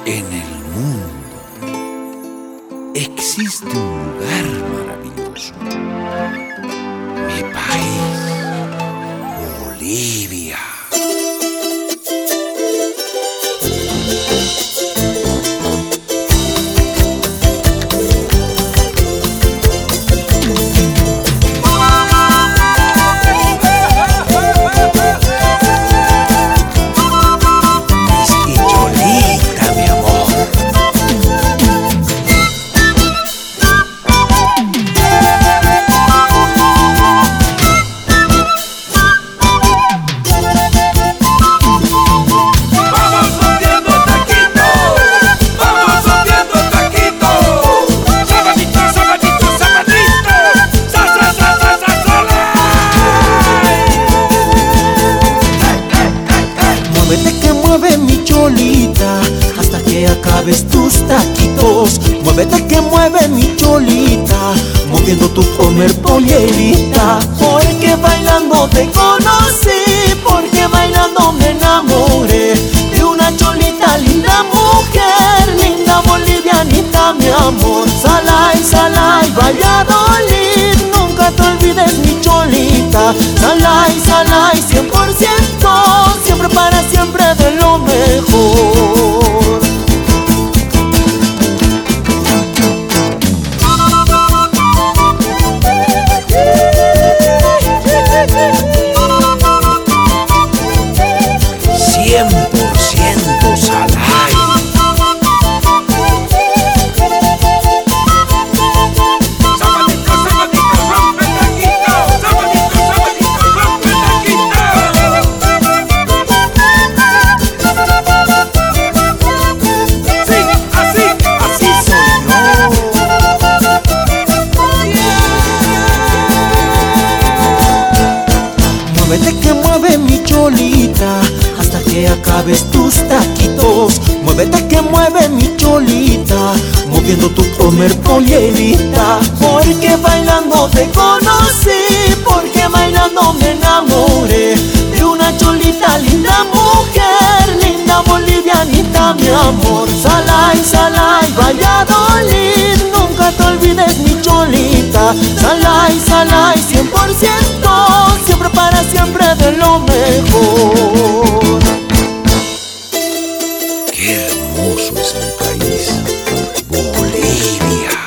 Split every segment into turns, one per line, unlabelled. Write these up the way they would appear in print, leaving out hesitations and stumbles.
En el mundo existe un lugar maravilloso. Mi país, Bolivia.
Muévete que mueve mi cholita hasta que acabes tus taquitos. Muévete que mueve mi cholita, moviendo tu comer pollerita. Porque bailando te conocí, porque bailando me enamoré de una cholita, linda mujer, linda bolivianita, mi amor. Salay, Salay, Valladolid, nunca te olvides mi cholita. Salay, Salay, 100%, siempre para siempre de lo mejor. Muévete que mueve mi cholita hasta que acabes tus taquitos. Muévete que mueve mi cholita, moviendo tu comer pollerita. Porque bailando te conocí, porque bailando me enamoré de una cholita, linda mujer, linda bolivianita, mi amor. Salay, Salay, Valladolid, nunca te olvides mi cholita. Salay, Salay, 100%, siempre para siempre de lo mejor.
Qué hermoso es mi país, Bolivia.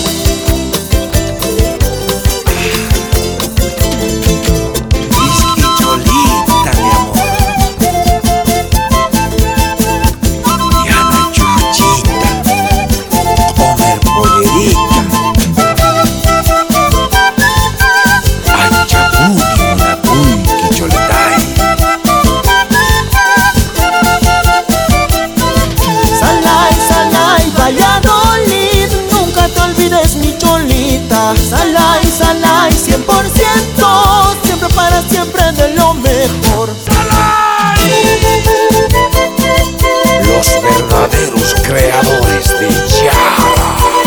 Whisky cholita, mi amor. Diana chuchita, comer pollerita.
Valladolid, nunca te olvides mi cholita. Salay, Salay, 100%, siempre para siempre de lo mejor.
Los verdaderos creadores de Yara.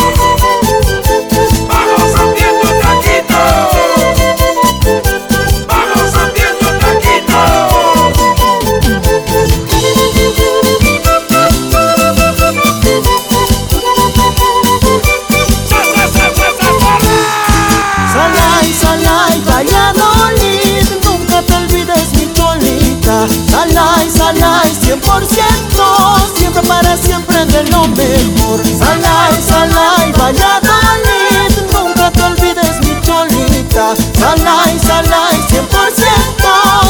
Vamos haciendo taquitos, vamos haciendo taquitos.
Salay, Salay, Valladolid, nunca te olvides mi cholita. Salay, Salay, 100%, siempre para siempre de lo mejor. Salay, Salay, Valladolid, nunca te olvides mi cholita. Salay, Salay, 100%.